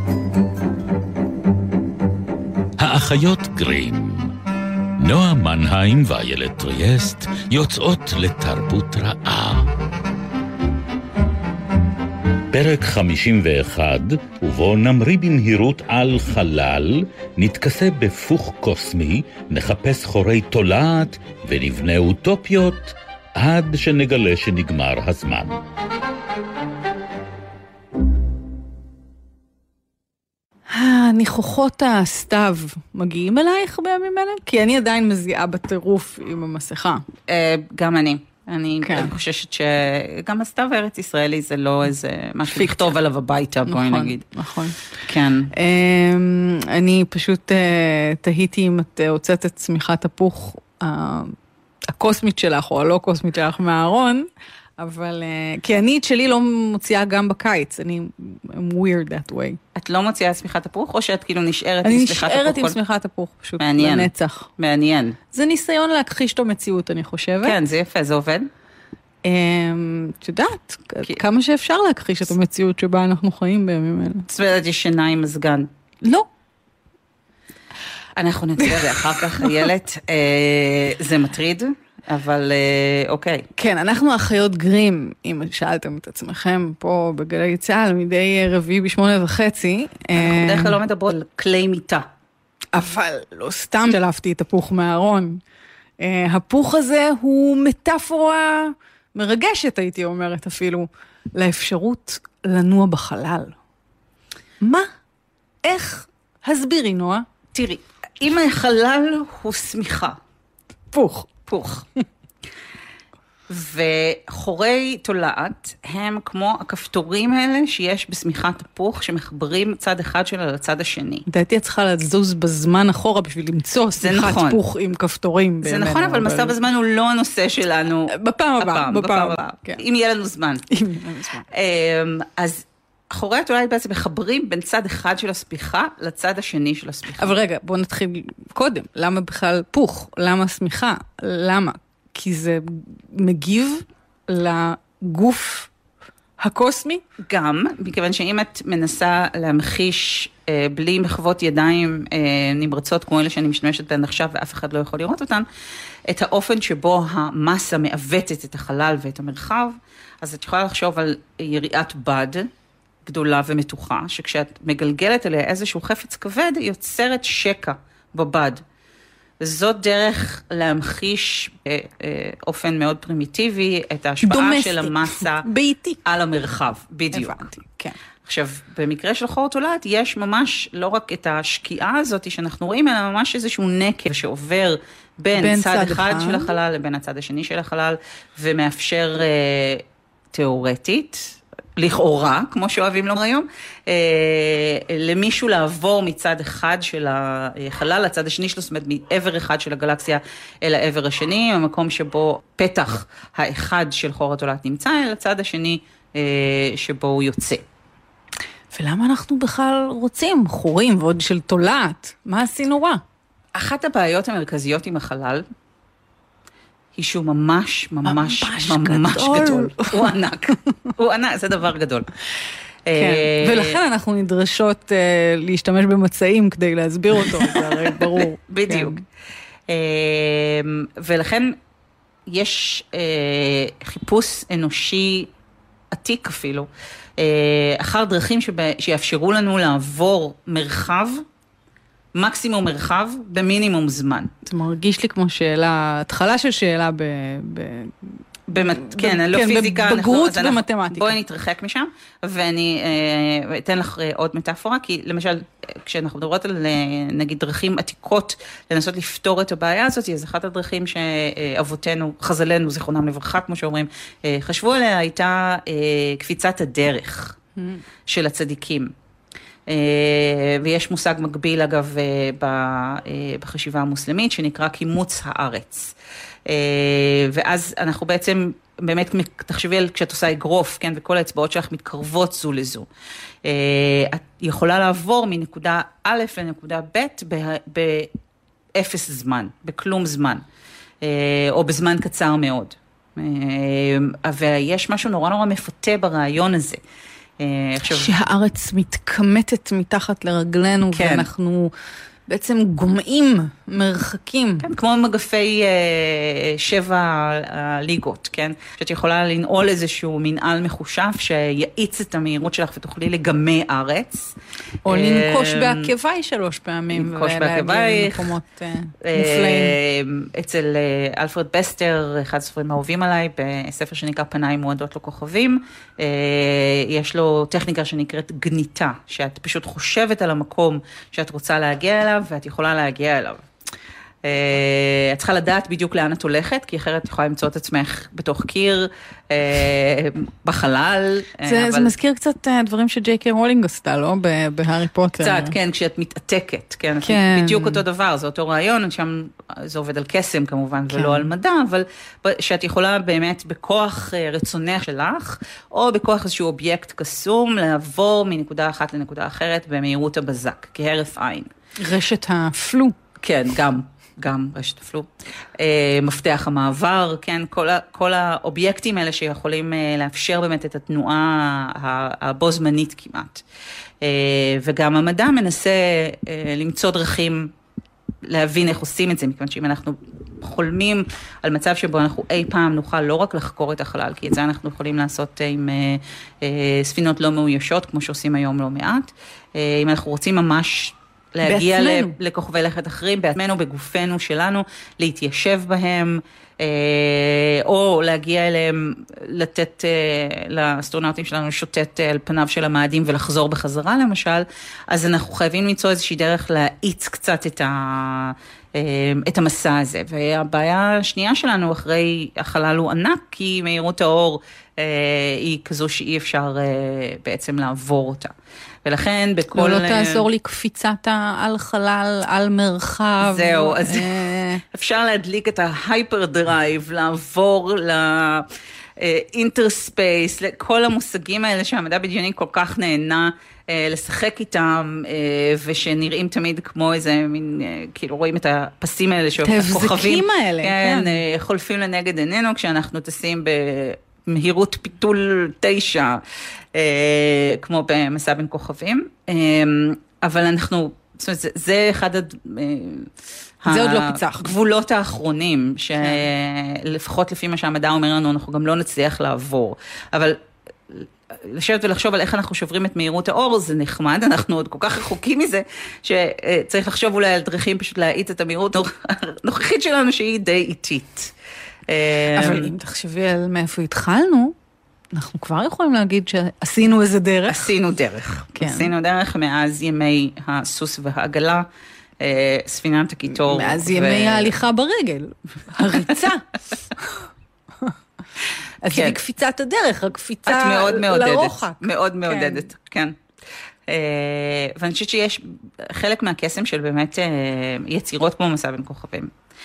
האחיות גרים, נועה מנהיים ואיילת טריאסט יוצאות לתרבות רעה. פרק 51, ובו נמריא במהירות על חלל, נתכסה בפוך קוסמי, נחפש חורי תולעת ונבנה אוטופיות עד שנגלה שנגמר הזמן. הניחוחות הסתיו מגיעים אלייך בימים אלה? כי אני עדיין מזיעה בטירוף עם המסכה. גם אני. אני חוששת שגם הסתיו הארץ ישראלי זה לא איזה משהו לכתוב עליו הביתה, בואי נגיד. נכון. כן. אני פשוט תהיתי אם את הוצאת את צמיחת הפוך הקוסמית שלך או הלא קוסמית שלך מהארון, אבל כי אני את שלי לא מוציאה גם בקיץ, אני I'm weird that way. את לא מוציאה צמיחת הפוך, או שאת כאילו נשארת עם צמיחת הפוך? אני נשארת עם צמיחת הפוך, פשוט לנצח. מעניין. זה ניסיון להכחיש את המציאות, אני חושבת. כן, זה יפה, זה עובד. את יודעת, כמה שאפשר להכחיש את המציאות שבה אנחנו חיים בימים אלה. זאת אומרת, ישנה עם מזגן. לא. אנחנו נצא ואחר כך, איילת, זה מטריד. אבל אוקיי. כן, אנחנו אחיות גרים, אם שאלתם את עצמכם פה בגלי צהל, מדי רביעי ב8:30. אנחנו בדרך כלל לא מדברות על כלי מיטה. אבל לא סתם שלפתי את הפוך מהארון. הפוך הזה הוא מטאפורה מרגשת, הייתי אומרת אפילו, לאפשרות לנוע בחלל. מה? איך? הסבירי, נועה. תראי, אם החלל הוא סמיכה. פוך. וחורי תולעת הם כמו הכפתורים האלה שיש בסמיכת הפוך, שמחברים צד אחד שלה לצד השני. דעתי את צריכה לזוז בזמן אחורה בשביל למצוא סמיכת פוך עם כפתורים. זה נכון, אבל מסע בזמן הוא לא הנושא שלנו. בפעם הבאה. אם יהיה לנו זמן. אז חורי התולעת בעצם מחברים בין צד אחד של הספיחה לצד השני של הספיחה. אבל רגע, בואו נתחיל קודם. למה בכלל פוך? למה סמיכה? למה? כי זה מגיב לגוף הקוסמי? גם, מכיוון שאם את מנסה להמחיש בלי מחוות ידיים נמרצות כמו אלה שאני משתמשת בהן עכשיו ואף אחד לא יכול לראות אותן, את האופן שבו המסה מעוותת את החלל ואת המרחב, אז את יכולה לחשוב על יריעת בד, גדולה ומתוחה, שכשאת מגלגלת עליה איזשהו חפץ כבד, היא יוצרת שקע בבד. וזאת דרך להמחיש באופן מאוד פרימיטיבי את ההשפעה של המסה ביתי על המרחב. בדיוק. הבנתי, כן. עכשיו, במקרה של חור תולעת, יש ממש לא רק את השקיעה הזאת שאנחנו רואים, אלא ממש איזשהו נקב שעובר בין צד אחד של החלל לבין הצד השני של החלל, ומאפשר תיאורטית, לכאורה, כמו שאוהבים לומר היום, למישהו לעבור מצד אחד של החלל, לצד השני שלו, זאת אומרת, מעבר אחד של הגלקסיה אל העבר השני, המקום שבו פתח האחד של חור התולעת נמצא, אל הצד השני שבו הוא יוצא. ולמה אנחנו בכלל רוצים חורים ועוד של תולעת? מה עשינו רע? אחת הבעיות המרכזיות עם החלל, היא שהוא ממש גדול. הוא ענק. הוא ענק, זה דבר גדול. כן, ולכן אנחנו נדרשות להשתמש במצעים כדי להסביר אותו, זה הרי ברור. בדיוק. ולכן יש חיפוש אנושי עתיק אפילו, אחר דרכים שיאפשרו לנו לעבור מרחב, מקסימום מרחב במינימום זמן. זה מרגיש לי כמו שאלה, התחלה של שאלה כן, לא פיזיקה. בגרות ומתמטיקה. בואי נתרחק משם, ואני אתן לך עוד מטאפורה, כי למשל, כשאנחנו מדברות על נגיד דרכים עתיקות לנסות לפתור את הבעיה הזאת, אז אחת הדרכים שאבותינו, חז"לינו, זיכרונם לברכה, כמו שאומרים, חשבו עליה, הייתה קפיצת הדרך של הצדיקים. ויש מושג מקביל אגב בחשיבה המוסלמית שנקרא קימוץ הארץ. ואז אנחנו בעצם באמת תחשבי על כשאת עושה אגרוף, כן, וכל האצבעות שלך מתקרבות זו לזו. את יכולה לעבור מנקודה א' לנקודה ב' באפס זמן, בכלום זמן, או בזמן קצר מאוד. ויש משהו נורא נורא מפתה ברעיון הזה. שהארץ מתקמטת מתחת לרגלינו, כן. ואנחנו בעצם גומעים מרחקים. כן, כמו מגפי 7 ליגות, כן? שאת יכולה לנעול איזשהו מנעל מחושף שיעיץ את המהירות שלך ותוכלי לגמי ארץ. או לנקוש בעקבי 3 פעמים. לנקוש בעקבי. למקומות מופלאים. אצל אלפרד בסטר, אחד הספרים האהובים עליי, בספר שנקרא פניים מועדות לכוכבים, יש לו טכניקה שנקראת גניתה, שאת פשוט חושבת על המקום שאת רוצה להגיע אליו, ואת יכולה להגיע אליו. את צריכה לדעת בדיוק לאן את הולכת, כי אחרת את יכולה למצוא את עצמך בתוך קיר, בחלל. זה מזכיר קצת דברים שג'יי קיי רולינג עשתה, לא? בהארי פוטר. קצת, כן, כשאת מתעתקת, כן. בדיוק אותו דבר, זה אותו רעיון, שם זה עובד על קסם כמובן, ולא על מדע, אבל שאת יכולה באמת בכוח רצונך שלך, או בכוח איזשהו אובייקט קסום, לעבור מנקודה אחת לנקודה אחרת, במהירות הבזק, כהרף עין. רשת הפלו. כן, גם רשת הפלו. מפתח המעבר, כן, כל האובייקטים האלה שיכולים לאפשר באמת את התנועה הבו זמנית כמעט. וגם המדע מנסה למצוא דרכים להבין איך עושים את זה, מכיוון שאם אנחנו חולמים על מצב שבו אנחנו אי פעם נוכל לא רק לחקור את החלל, כי את זה אנחנו יכולים לעשות עם ספינות לא מאוישות, כמו שעושים היום לא מעט. אם אנחנו רוצים ממש להגיע לכוכבי לכת אחרים, בעצמנו, בגופנו שלנו, להתיישב בהם, או להגיע אליהם, לתת לאסטרונאוטים שלנו שוטט על פניו של המאדים ולחזור בחזרה למשל, אז אנחנו חייבים למצוא איזושהי דרך להאיץ קצת את המסע הזה. והבעיה השנייה שלנו אחרי החלל הוא ענק, כי מהירות האור היא כזו שאי אפשר בעצם לעבור אותה. ולכן בכל... לא תעזור לי קפיצת על חלל, על מרחב. זהו, אז אפשר להדליק את ההייפר דרייב, לעבור לאינטרספייס, לכל המושגים האלה שהמדע בדיוני כל כך נהנה לשחק איתם, ושנראים תמיד כמו איזה מין, כאילו רואים את הפסים האלה, תבזקים האלה, כן. חולפים לנגד עינינו, כשאנחנו טסים במהירות פיתול 9, כמו במסע בין כוכבים, אבל אנחנו, זאת אומרת, זה אחד זה עוד לא פיצח. גבולות האחרונים, שלפחות לפי מה שהמדע אומר לנו, אנחנו גם לא נצליח לעבור. אבל לשבת ולחשוב על איך אנחנו שוברים את מהירות האור, זה נחמד, אנחנו עוד כל כך רחוקים מזה, שצריך לחשוב אולי על דרכים פשוט להאיץ את המהירות הנוכחית שלנו, שהיא די איטית. אבל אם תחשבי על מאיפה התחלנו, אנחנו כבר יכולים להגיד שעשינו איזה דרך. עשינו דרך. כן. עשינו דרך מאז ימי הסוס והעגלה, ספינת הקיטור. מאז ימי ההליכה ברגל, הריצה. אז היא קפיצת הדרך, הקפיצה לרוחק. מאוד מעודדת, כן. ואני חושבת שיש חלק מהקסם של באמת יצירות כמו מסע בין כוכבים,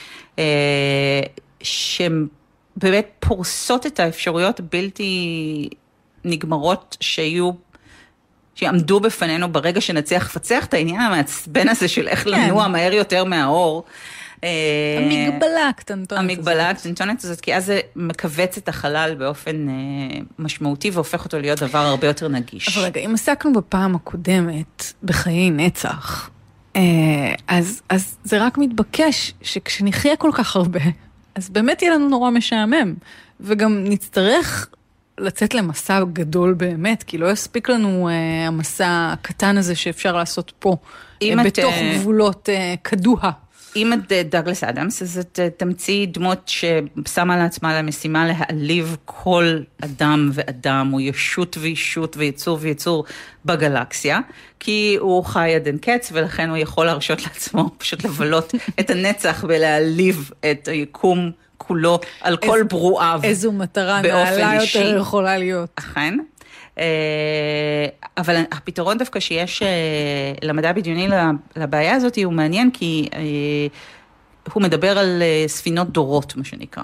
שהן באמת פורסות את האפשרויות בלתי נגמרות שיעמדו בפנינו ברגע שנצליח לפצח את העניין המעצבן הזה של איך לנוע מהר יותר מהאור. המגבלה הקטנטונת הזאת. המגבלה הקטנטונת הזאת, כי אז זה מקווץ את החלל באופן משמעותי והופך אותו להיות דבר הרבה יותר נגיש. אבל רגע, אם עסקנו בפעם הקודמת בחיי נצח, אז זה רק מתבקש שכשנחיה כל כך הרבה, אז באמת יהיה לנו נורא משעמם, וגם נצטרך לצאת למסע גדול באמת, כי לא יספיק לנו המסע הקטן הזה שאפשר לעשות פה, בתוך גבולות קדוחה. אם את דאגלס אדמס, אז את תמציא דמות ששמה לעצמה למשימה להעליב כל אדם ואדם, או ישות וישות ויצור ויצור בגלקסיה, כי הוא חי עד אין קץ, ולכן הוא יכול להרשות לעצמו פשוט לבלות את הנצח ולהעליב את היקום כולו על כל ברואיו. איזו מטרה נעלה יותר יכולה להיות. אכן. אבל הפתרון דווקא שיש למדע בדיוני לבעיה הזאת הוא מעניין, כי הוא מדבר על ספינות דורות, מה שנקרא.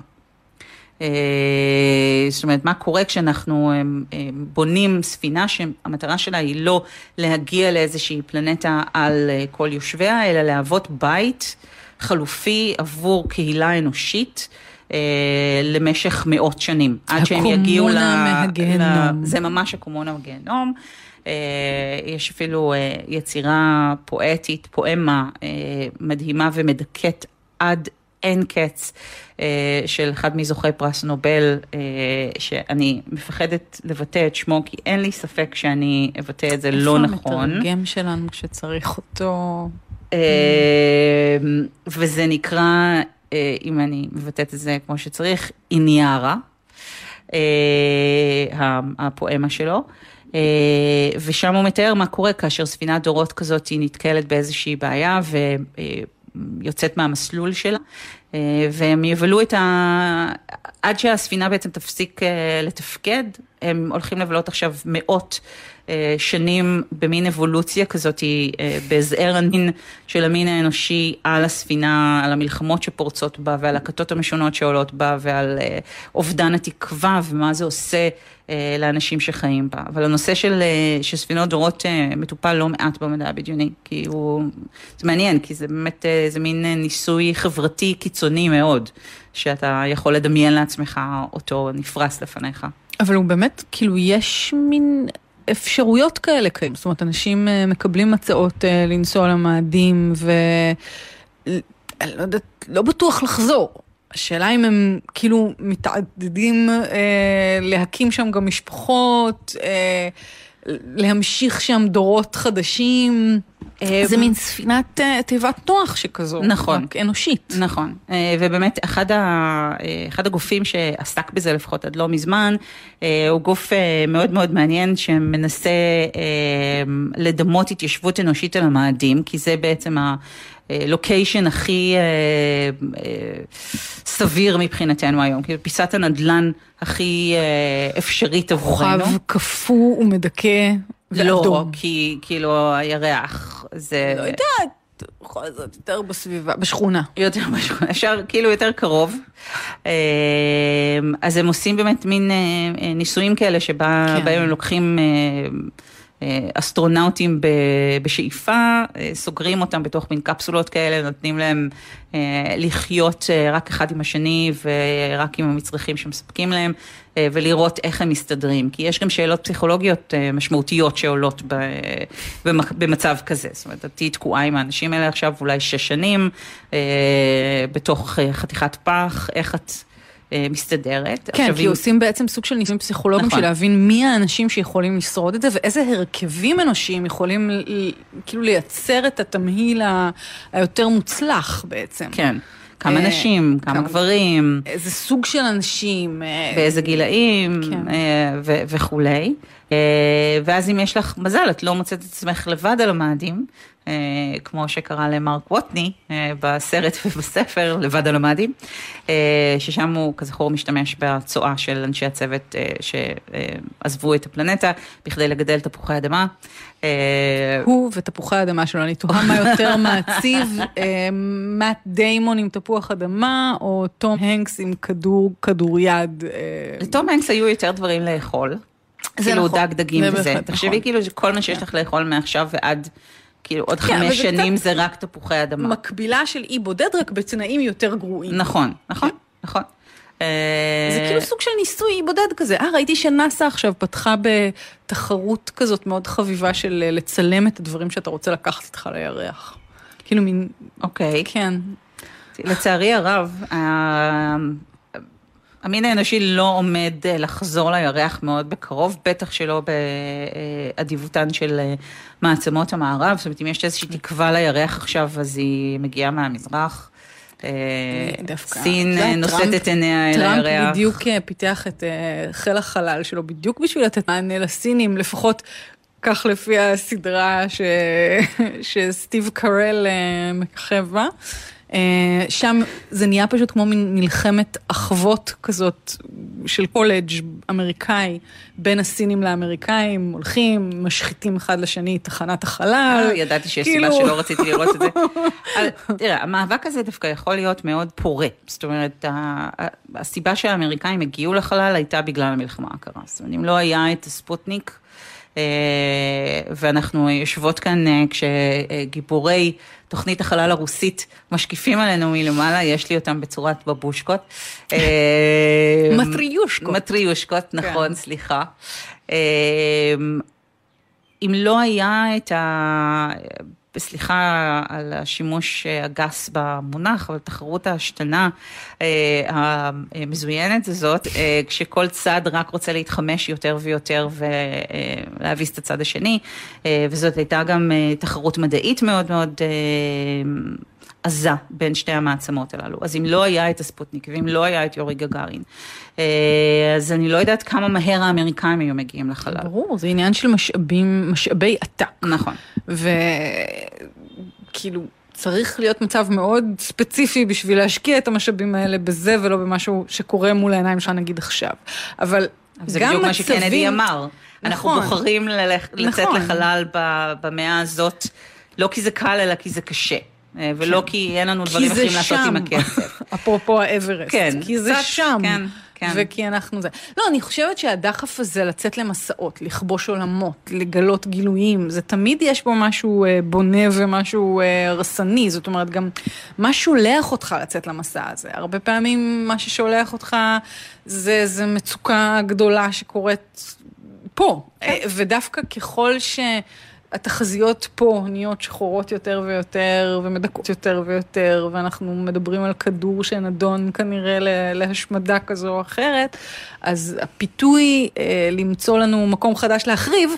זאת אומרת, מה קורה כשאנחנו בונים ספינה שהמטרה שלה היא לא להגיע לאיזושהי פלנטה על כל יושביה, אלא להוות בית חלופי עבור קהילה אנושית, למשך מאות שנים. עד שהם יגיעו הקומונה מהגיהנום. זה ממש הקומונה מהגיהנום. יש אפילו יצירה פואטית, פואמה מדהימה ומדכאת עד אין קץ של אחד מזוכי פרס נובל, שאני מפחדת לבטא את שמו, כי אין לי ספק שאני אבטא את זה לא נכון. איפה המתרגם שלנו כשצריך אותו? וזה נקרא, אם אני מבטאת את זה כמו שצריך, איניארה, הפואמה שלו. ושם הוא מתאר מה קורה כאשר ספינת דורות כזאת היא נתקלת באיזושהי בעיה ויוצאת מהמסלול שלה, והם יבלו עד שהספינה בעצם תפסיק לתפקד, הם הולכים לבלות עכשיו מאות שנים במין אבולוציה כזאת, בזער הנין של המין האנושי על הספינה, על המלחמות שפורצות בה ועל הכתות המשונות שעולות בה ועל אובדן התקווה ומה זה עושה לאנשים שחיים בה. אבל הנושא של ספינות דורות מטופל לא מעט במדע הבדיוני, כי זה מעניין, כי זה באמת, זה מין ניסוי חברתי קיצוני מאוד, שאתה יכול לדמיין לעצמך אותו נפרס לפניך. אבל הוא באמת, כאילו יש מין אפשרויות כאלה, זאת אומרת, אנשים מקבלים הצעות לנסוע למאדים, לא בטוח לחזור. השאלה אם הם כאילו מתעדדים להקים שם גם משפחות, להמשיך שם דורות חדשים. זה מין ספינת תיבת נוח שכזו. נכון. רק אנושית. נכון. ובאמת אחד הגופים שעסק בזה לפחות עד לא מזמן, הוא גוף מאוד מאוד מעניין שמנסה לדמות התיישבות אנושית על המאדים, כי זה בעצם לוקיישן הכי סביר מבחינתנו היום, כאילו פיסת הנדלן הכי אפשרית עבורנו. כוכב קפוא ומדכא ואדום. לא, כי כאילו הירח זה... לא יודעת, בכל זאת יותר בסביבה, בשכונה. יותר בשכונה, אפשר כאילו יותר קרוב. אז הם עושים באמת מין ניסויים כאלה שבהם הם לוקחים אסטרונאוטים בשאיפה, סוגרים אותם בתוך מין קפסולות כאלה, נותנים להם לחיות רק אחד עם השני ורק עם המצרכים שמספקים להם, ולראות איך הם מסתדרים, כי יש גם שאלות פסיכולוגיות משמעותיות שעולות במצב כזה. זאת אומרת, את תהיי תקועה עם האנשים האלה עכשיו אולי 6 שנים, בתוך חתיכת פח, איך את מסתדרת. כן, כי עושים בעצם סוג של ניסויים פסיכולוגיים של להבין מי האנשים שיכולים לשרוד את זה, ואיזה הרכבים אנושיים יכולים כאילו לייצר את התמהיל היותר מוצלח בעצם. כן. כמה נשים, כמה גברים. איזה סוג של אנשים. באיזה גילאים וכולי. ואז אם יש לך מזל, את לא מוצאת את עצמך לבד על המאדים, כמו שקרה למרק ווטני בסרט ובספר, לבד על המאדים, ששם הוא כזכור משתמש בצועה של אנשי הצוות שעזבו את הפלנטה בכדי לגדל תפוחי אדמה. הוא ותפוחי האדמה שלו, אני תוהה מה יותר מעציב, מאט דיימון עם תפוח אדמה, או תום הנקס עם כדור יד. לתום הנקס היו יותר דברים לאכול, כאילו דג דגים וזה. תחשבי כאילו כל מה שיש לך לאכול מעכשיו ועד, כאילו עוד 5 שנים זה רק תפוחי אדמה. מקבילה של אי בודד, רק בתנאים יותר גרועים. נכון, נכון, נכון. זה כאילו סוג של ניסוי בודד כזה. ראיתי שנאסא עכשיו פתחה בתחרות כזאת מאוד חביבה של לצלם את הדברים שאתה רוצה לקחת איתך לירח. כאילו מין... אוקיי. כן. לצערי הרב, המין האנושי לא עומד לחזור לירח מאוד בקרוב, בטח שלא באדיבותן של מעצמות המערב. זאת אומרת, אם יש איזושהי תקווה לירח עכשיו, אז היא מגיעה מהמזרח. סין נושאת את עיניה אל הירח. טראמפ בדיוק פיתח את חיל החלל שלו, בדיוק בשביל לתת מענה לסינים, לפחות כך לפי הסדרה שסטיב קרל מככב בה. שם זה נהיה פשוט כמו מלחמת אחוות כזאת של קולג' אמריקאי, בין הסינים לאמריקאים, הולכים, משחיתים אחד לשני תחנת החלל. ידעתי שיש סיבה שלא רציתי לראות את זה. תראה, המאבק הזה דווקא יכול להיות מאוד פורה. זאת אומרת, הסיבה שהאמריקאים הגיעו לחלל הייתה בגלל המלחמה הקרה. זאת אומרת, אם לא היה את הספוטניק, ואנחנו יושבות כאן כשגיבורי תוכנית החלל הרוסית משקיפים עלינו מלמעלה, יש לי אותם בצורת בבושקות. מטריושקות. מטריושקות, נכון, סליחה. אם לא היה את סליחה על השימוש הגס במונח, אבל תחרות ההשתנה המזוינת הזאת, כשכל צד רק רוצה להתחמש יותר ויותר ולהביס את הצד השני, וזאת הייתה גם תחרות מדעית מאוד מאוד עזה בין שתי המעצמות הללו. אז אם לא היה את הספוטניק, ואם לא היה את יורי גגארין, אז אני לא יודעת כמה מהר האמריקאים היו מגיעים לחלל. ברור, זה עניין של משאבי עתק. נכון. וכאילו, צריך להיות מצב מאוד ספציפי בשביל להשקיע את המשאבים האלה בזה, ולא במשהו שקורה מול העיניים שלך נגיד עכשיו. אבל זה בדיוק מה שקנדי אמר. אנחנו בוחרים לצאת לחלל במאה הזאת, לא כי זה קל, אלא כי זה קשה. ולא כי אין לנו דברים אחרים לעשות עם הכסף. אפרופו האברסט. כן. כי זה שם. כן. וכי אנחנו זה. לא, אני חושבת שהדחף הזה לצאת למסעות, לכבוש עולמות, לגלות גילויים, זה תמיד יש בו משהו בונה ומשהו רסני, זאת אומרת גם מה שולח אותך לצאת למסע הזה. הרבה פעמים מה ששולח אותך זה מצוקה גדולה שקורית פה. ודווקא ככל התחזיות פה נהיות שחורות יותר ויותר, ומדכאות יותר ויותר, ואנחנו מדברים על כדור שנדון כנראה להשמדה כזו או אחרת, אז הפיתוי למצוא לנו מקום חדש להחריב,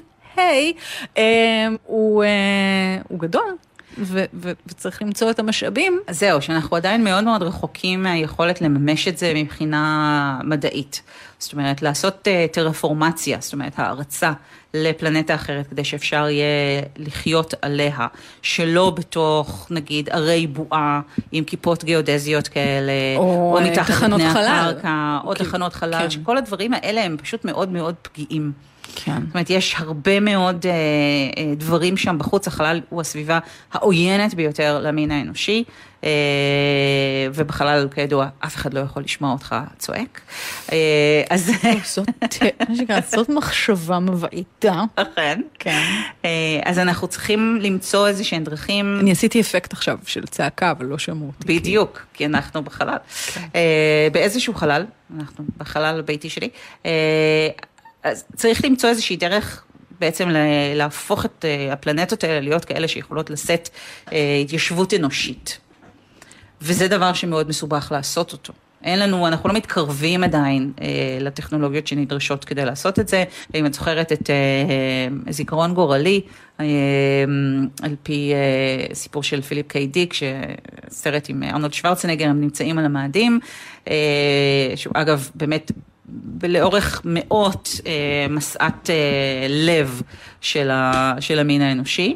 הוא גדול. וצריך למצוא את המשאבים. אז זהו, שאנחנו עדיין מאוד מאוד רחוקים מהיכולת לממש את זה מבחינה מדעית. זאת אומרת, לעשות טרפורמציה, זאת אומרת, הערצה לפלנטה אחרת, כדי שאפשר יהיה לחיות עליה, שלא בתוך, נגיד, ערי בועה, עם כיפות גיאודזיות כאלה, או מתחת לפני הקרקע, או תחנות חלל, שכל הדברים האלה הם פשוט מאוד מאוד פגיעים. כן. זאת אומרת, יש הרבה מאוד דברים שם בחוץ, החלל הוא הסביבה העוינת ביותר למין האנושי, ובחלל, כידוע, אף אחד לא יכול לשמוע אותך צועק. אז זאת מחשבה מבעיטה. אכן. כן. אז אנחנו צריכים למצוא איזשהם דרכים. אני עשיתי אפקט עכשיו של צעקה, אבל לא שמעו אותי. בדיוק, כי אנחנו בחלל. באיזשהו חלל, אנחנו בחלל הביתי שלי, אז צריך למצוא איזושהי דרך בעצם להפוך את הפלנטות האלה להיות כאלה שיכולות לשאת התיישבות אנושית. וזה דבר שמאוד מסובך לעשות אותו. אנחנו לא מתקרבים עדיין לטכנולוגיות שנדרשות כדי לעשות את זה. אם את זוכרת את זיכרון גורלי, על פי סיפור של פיליפ קיי דיק, סרט עם ארנולד שוורצנגר, הם נמצאים על המאדים, שהוא אגב באמת ולאורך מאות מסעת לב של המין האנושי,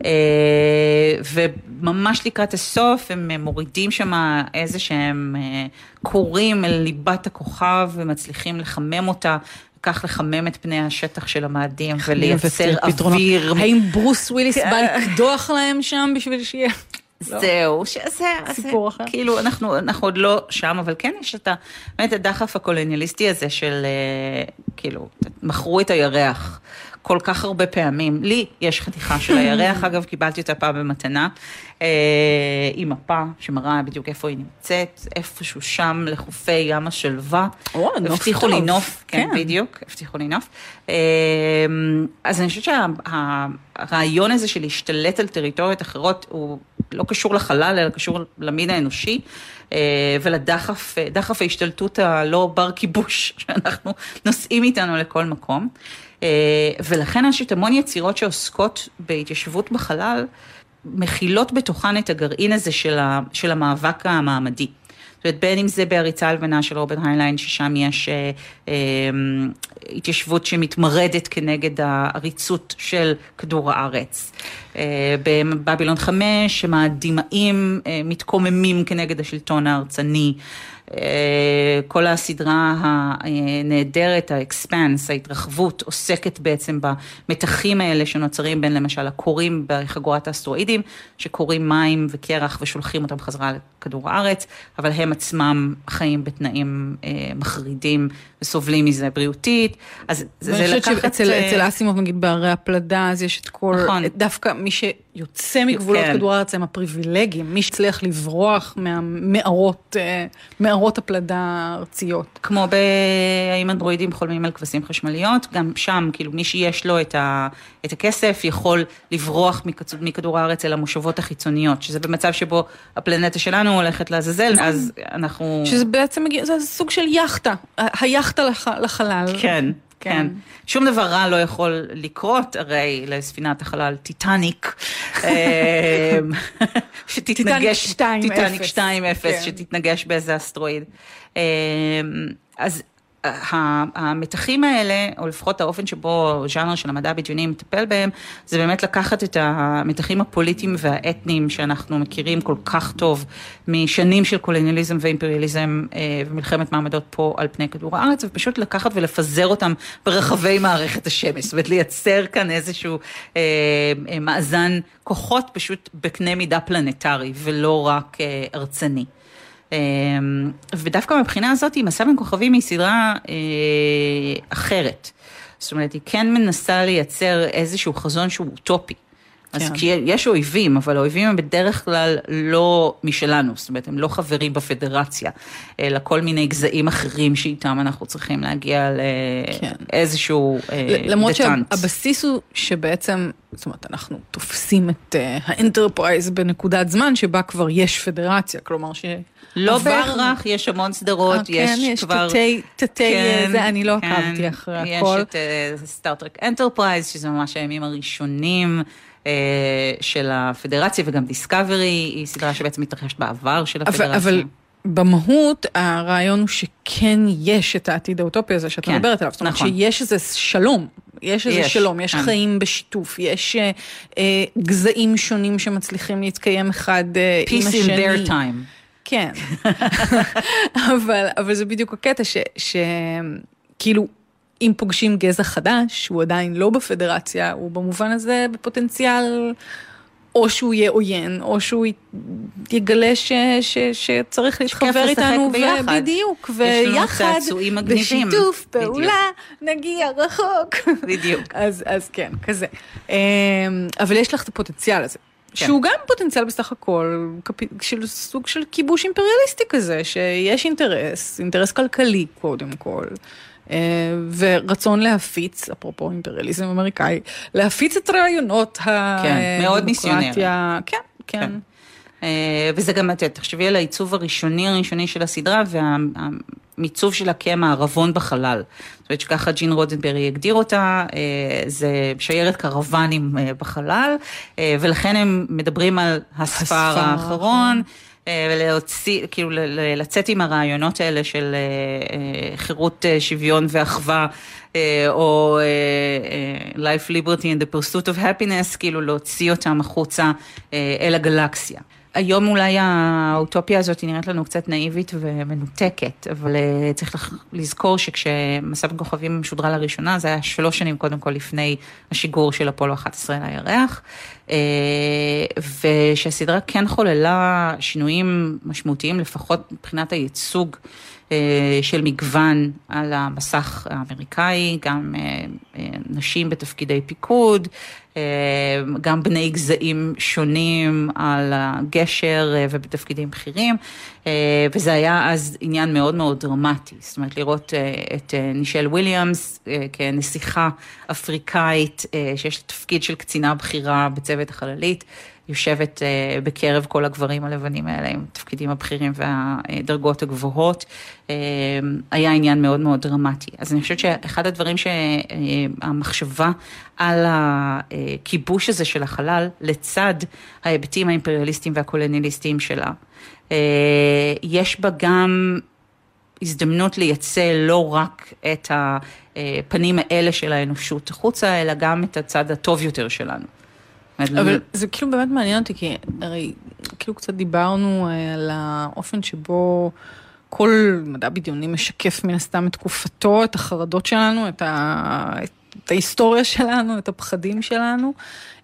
וממש לקראת הסוף הם מורידים שם איזה שהם קורים אל ליבת הכוכב ומצליחים לחמם אותה, כך לחמם את פני השטח של המאדים ולייצר אוויר. האם ברוס וויליס בא לקדוח להם שם בשביל שיהיה? זהו, סיפור אחר. כאילו, אנחנו עוד לא שם, אבל כן יש את הדחף הקולוניאליסטי הזה של, כאילו, מכרו את הירח כל כך הרבה פעמים. לי יש חתיכה של הירח, אגב, קיבלתי אותה פעם במתנה, עם מפה שמראה בדיוק איפה היא נמצאת, איפשהו שם לחופי ים השלווה. הבטיחו לי נוף, כן, בדיוק, הבטיחו לי נוף. אז אני חושבת שהרעיון הזה של להשתלט על טריטוריות אחרות, הוא לא קשור לחלל, אלא קשור למין האנושי, ולדחף ההשתלטות הלא בר כיבוש, שאנחנו נוסעים איתנו לכל מקום. ולכן יש המון יצירות שעוסקות בהתיישבות בחלל, מכילות בתוכן את הגרעין הזה של המאבק המעמדי. זאת אומרת, בין אם זה בהריצה הלבנה של רוברט היינליין, ששם יש התיישבות שמתמרדת כנגד העריצות של כדור הארץ. בבבילון 5, שמה הדמעים מתקוממים כנגד השלטון הארצני. כל הסדרה הנהדרת, האקספנס, ההתרחבות, עוסקת בעצם במתחים האלה שנוצרים בין למשל הקורים בחגורת האסטרואידים, שקורים מים וקרח ושולחים אותם חזרה לכדור הארץ, אבל הם עצמם חיים בתנאים מחרידים וסובלים מזה בריאותית. אז זה לקחת... אצל אסימוב, נגיד, בערי הפלדה, אז יש את כל... נכון. דווקא מי שיוצא מגבולות כדור הארץ הם הפריבילגים, מי שצליח לברוח מערות הפלדה הארציות. כמו האם אנדרואידים חולמים על כבשים חשמליות, גם שם, כאילו, מי שיש לו את הכסף יכול לברוח מכדור הארץ אל המושבות החיצוניות, שזה במצב שבו הפלנטה שלנו הולכת לעזאזל, אז אנחנו... שזה בעצם, זה סוג של יחטה, היחטה לחלל. כן. כן. שום דבר רע לא יכול לקרות, הרי לספינת החלל טיטניק, שתתנגש, טיטניק 2.0, שתתנגש באיזה אסטרואיד. אז המתחים האלה, או לפחות האופן שבו ז'אנר של המדע הבדיוני מטפל בהם, זה באמת לקחת את המתחים הפוליטיים והאתניים שאנחנו מכירים כל כך טוב משנים של קולוניאליזם ואימפריאליזם ומלחמת מעמדות פה על פני כדור הארץ, ופשוט לקחת ולפזר אותם ברחבי מערכת השמש, זאת אומרת לייצר כאן איזשהו מאזן כוחות פשוט בקנה מידה פלנטרי ולא רק ארצני. ודווקא מבחינה הזאת, מסע בין כוכבים היא סדרה אחרת. זאת אומרת, היא כן מנסה לייצר איזשהו חזון שהוא אוטופי. אז כי יש אויבים, אבל האויבים הם בדרך כלל לא משלנו, זאת אומרת, הם לא חברים בפדרציה, אלא כל מיני גזעים אחרים שאיתם אנחנו צריכים להגיע לאיזשהו דטנט. למרות שהבסיס הוא שבעצם, זאת אומרת, אנחנו תופסים את האנטרפרייז בנקודת זמן שבה כבר יש פדרציה, כלומר ש... לא בהכרח, יש המון סדרות, יש כבר... תתי, זה אני לא עקבתי אחרי הכל. יש את סטארטרק אנטרפרייז, שזה ממש הימים הראשונים, של הפדרציה, וגם דיסקאברי היא סדרה שבעצם מתרחשת בעבר של הפדרציה. אבל במהות הרעיון הוא שכן יש את העתיד האוטופי הזה שאתה מדברת עליו, זאת אומרת שיש איזה שלום, יש חיים בשיתוף, יש גזעים שונים שמצליחים להתקיים אחד עם השני. Peace in their time. כן, אבל זה בדיוק הקטע שכאילו, אם פוגשים גזע חדש, הוא עדיין לא בפדרציה, הוא במובן הזה בפוטנציאל, או שהוא יהיה עוין, או שהוא יגלה שצריך להתחבר איתנו, ובדיוק, ויחד, בשיתוף פעולה, נגיע רחוק. בדיוק. אז כן, כזה. אבל יש לך את הפוטנציאל הזה. שהוא גם פוטנציאל בסך הכל, של סוג של כיבוש אימפריאליסטי כזה, שיש אינטרס כלכלי קודם כל, ורצון להפיץ, אפרופו אימפריאליזם אמריקאי, להפיץ את רעיונות הדמוקרטיה. כן, כן. וזה גם, תחשבי על העיצוב הראשוני של הסדרה, והמיצוב שלה כמערבון בחלל. זאת אומרת שככה ג'ין רודנברי הגדיר אותה, זה שיירת קרוונים בחלל, ולכן הם מדברים על הספר האחרון, ולהוציא, כאילו לצאת עם הרעיונות האלה של חירות, שוויון ואחווה, או life, liberty and the pursuit of happiness, כאילו להוציא אותם החוצה אל הגלקסיה. היום אולי האוטופיה הזאת היא נראית לנו קצת נאיבית ומנותקת, אבל צריך לזכור שכשמסע בין כוכבים שודרה לראשונה, זה היה 3 שנים קודם כל לפני השיגור של אפולו 11 לירח, ושהסדרה כן חוללה שינויים משמעותיים, לפחות מבחינת הייצוג של מגוון על המסך האמריקאי, גם נשים בתפקידי פיקוד, גם בני גזעים שונים על הגשר ובתפקידים בכירים, וזה היה אז עניין מאוד מאוד דרמטי, זאת אומרת לראות את נישל וויליאמס כנסיכה אפריקאית, שיש לה תפקיד של קצינה בכירה בצוות החללית, יושבת בקרב כל הגברים הלבנים האלה עם תפקידים הבכירים והדרגות הגבוהות, היה עניין מאוד מאוד דרמטי. אז אני חושבת שאחד הדברים שהמחשבה על הכיבוש הזה של החלל, לצד ההיבטים האימפריאליסטיים והקולוניאליסטיים שלה, יש בה גם הזדמנות לייצא לא רק את הפנים האלה של האנושות החוצה, אלא גם את הצד הטוב יותר שלנו. אבל זה כאילו באמת מעניין אותי, כי הרי כאילו קצת דיברנו על האופן שבו כל מדע בדיוני משקף מן הסתם את תקופתו, את החרדות שלנו, את ההיסטוריה שלנו, את הפחדים שלנו,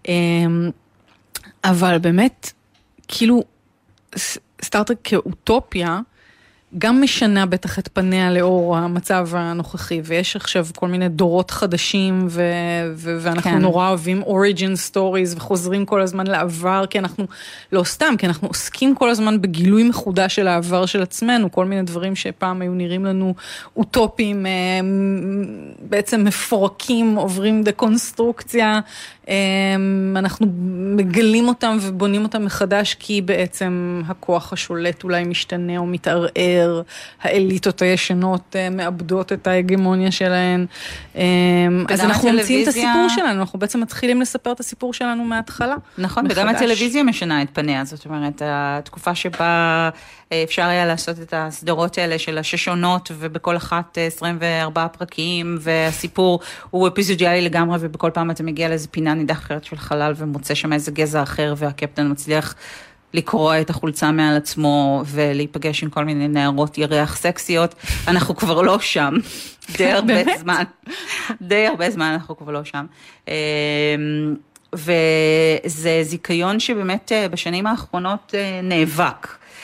אבל באמת, כאילו, סטארטרק כאוטופיה, גם משנה בטח את פניה לאור המצב הנוכחי, ויש עכשיו כל מיני דורות חדשים, ואנחנו נורא אוהבים origin stories, וחוזרים כל הזמן לעבר, כי אנחנו, לא סתם, כי אנחנו עוסקים כל הזמן בגילוי מחודש של העבר של עצמנו, כל מיני דברים שפעם היו נראים לנו אוטופיים, בעצם מפורקים, עוברים דקונסטרוקציה, אנחנו מגלים אותם ובונים אותם מחדש, כי בעצם הכוח השולט אולי משתנה או מתערער, האליטות הישנות מאבדות את ההגמוניה שלהן, אז אנחנו ממציאים את הסיפור שלנו, אנחנו בעצם מתחילים לספר את הסיפור שלנו מההתחלה. נכון, וגם הטלוויזיה משנה את פניה, זאת אומרת, התקופה שבה אפשר היה לעשות את הסדרות האלה של הששונות, ובכל אחת 24 פרקים, והסיפור הוא אפיזודיאלי לגמרי, ובכל פעם אתה מגיע לאיזו פינה נידח אחרת של חלל, ומוצא שם איזה גזע אחר, והקפטן מצליח לקרוע את החולצה מעל עצמו, ולהיפגש עם כל מיני נערות ירח סקסיות. אנחנו כבר לא שם. די הרבה זמן אנחנו כבר לא שם. וזה זיכיון שבאמת בשנים האחרונות נאבק.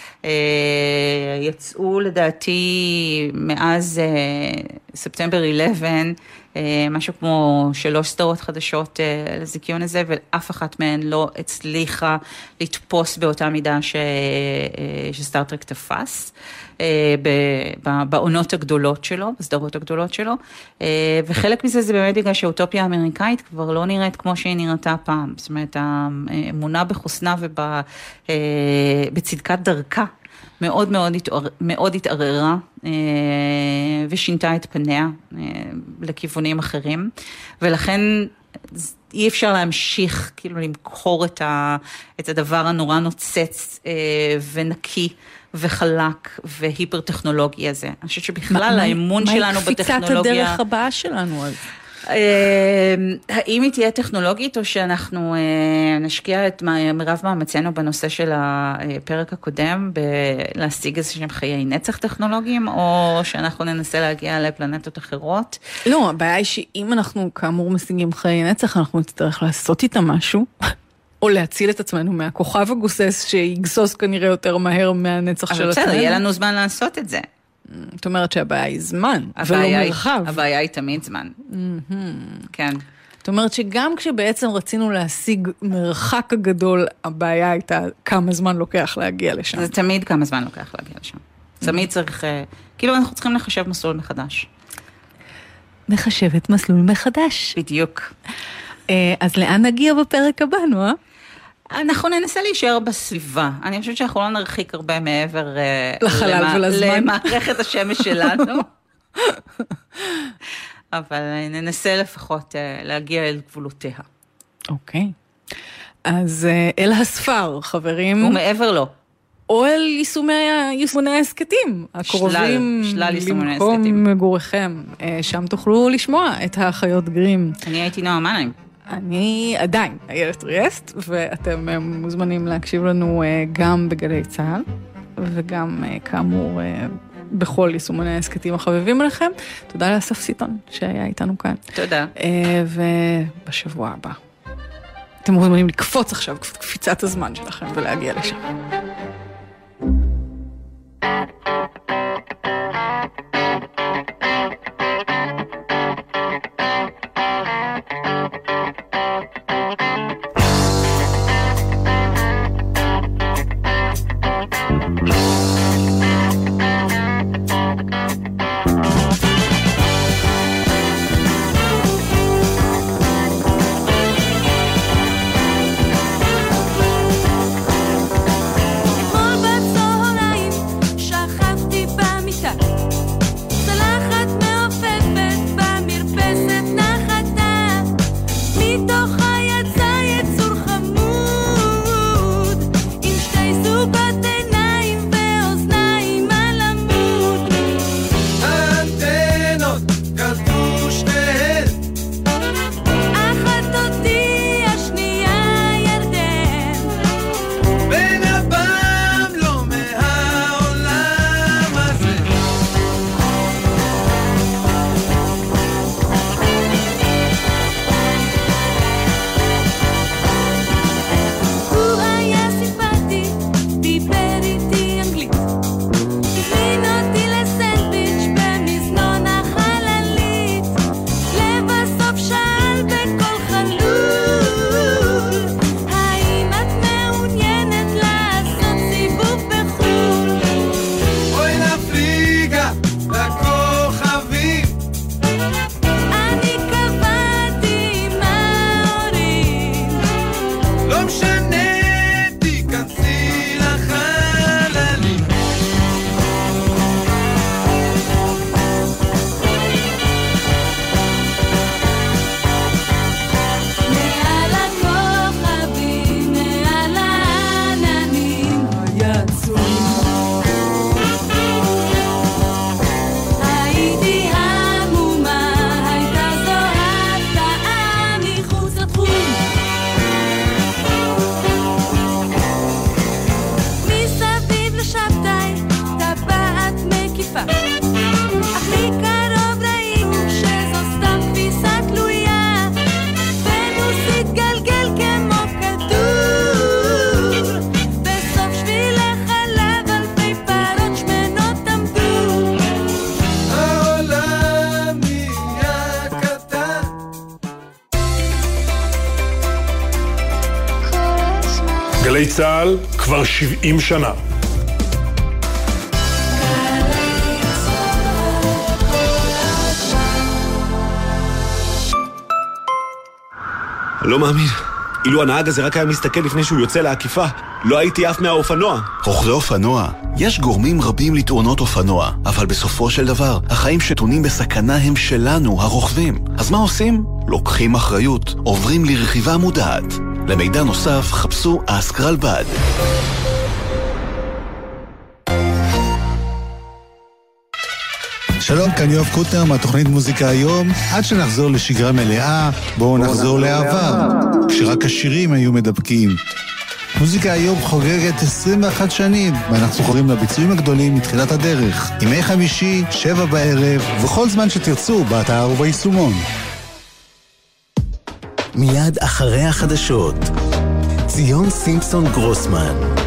יצאו לדעתי מאז ספטמבר 11, משהו כמו 3 סדרות חדשות לזיכיון הזה, ואף אחת מהן לא הצליחה לתפוס באותה מידה שסטארטרק תפס, בעונות הגדולות שלו, בסדרות הגדולות שלו, וחלק מזה זה באמת בגלל שהאוטופיה האמריקאית כבר לא נראית כמו שהיא נראתה פעם, זאת אומרת, האמונה בחוסנה ובצדקת דרכה, מאוד התערערה ושינתה את פניה לכיוונים אחרים, ולכן אי אפשר להמשיך כאילו למכור את הדבר הנורא נוצץ ונקי וחלק והיפר-טכנולוגי הזה. אני חושבת שבכלל האמון שלנו בטכנולוגיה... מה היא קפיצת הדרך הבאה שלנו אז? האם היא תהיה טכנולוגית, או שאנחנו נשקיע את מרב מאמצנו בנושא של הפרק הקודם, להשיג איזשהם חיי נצח טכנולוגיים, או שאנחנו ננסה להגיע לפלנטות אחרות? לא, הבעיה היא שאם אנחנו כאמור משיגים חיי נצח, אנחנו נצטרך לעשות איתם משהו, או להציל את עצמנו מהכוכב הגוסס, שיגסוס כנראה יותר מהר מהנצח של עצמנו. בסדר, יהיה לנו זמן לעשות את זה. זאת אומרת שהבעיה היא זמן, ולא מרחב. הבעיה היא תמיד זמן. כן. זאת אומרת שגם כשבעצם רצינו להשיג מרחק הגדול, הבעיה הייתה כמה זמן לוקח להגיע לשם. זה תמיד כמה זמן לוקח להגיע לשם. תמיד צריך, כאילו אנחנו צריכים לחשב מסלול מחדש. מחשבת מסלול מחדש. בדיוק. אז לאן נגיע בפרק הבא, נועה? אנחנו ננסה להישאר בסביבה. אני חושבת שאנחנו לא נרחיק הרבה מעבר לחלל ולזמן. למערכת השמש שלנו. אבל ננסה לפחות להגיע אל גבולותיה. אוקיי. אז אל הספר, חברים. ומעבר לו. או אל יישומוני העסקתים, הקרובים למקום מגוריכם. שם תוכלו לשמוע את האחיות גרים. אני הייתי נועה מנהיים. אני עדיין איילת ריאסט, ואתם מוזמנים להקשיב לנו גם בגלי צהל, וגם כאמור בכל יישומוני העסקתים החביבים עליכם. תודה לאסף סיטון שהיה איתנו כאן. תודה. ובשבוע הבא. אתם מוזמנים לקפוץ עכשיו, קפיצת הזמן שלכם ולהגיע לשם. צה"ל כבר 70 שנה. לא מאמין. אילו הנהג הזה רק היה מסתכל לפני שהוא יוצא לעקיפה, לא הייתי אף מהאופנוע. רוכבי אופנוע. יש גורמים רבים לתאונות אופנוע, אבל בסופו של דבר, החיים שטעונים בסכנה הם שלנו, הרוכבים. אז מה עושים? לוקחים אחריות, עוברים לרכיבה מודעת. למידע נוסף, חפשו אסקרלבד. שלום, כאן יואב קוטנר מהתוכנית מוזיקה היום. עד שנחזור לשגרה מלאה, בואו נחזור לעבר, כשרק השירים היו מדבקים. מוזיקה היום חוגגת 21 שנים, ואנחנו זוכרים לביצועים הגדולים מתחילת הדרך. ימי חמישי, 7 בערב, וכל זמן שתרצו, באתר וביישומון. מיד אחרי החדשות, ציון סימפסון גרוסמן.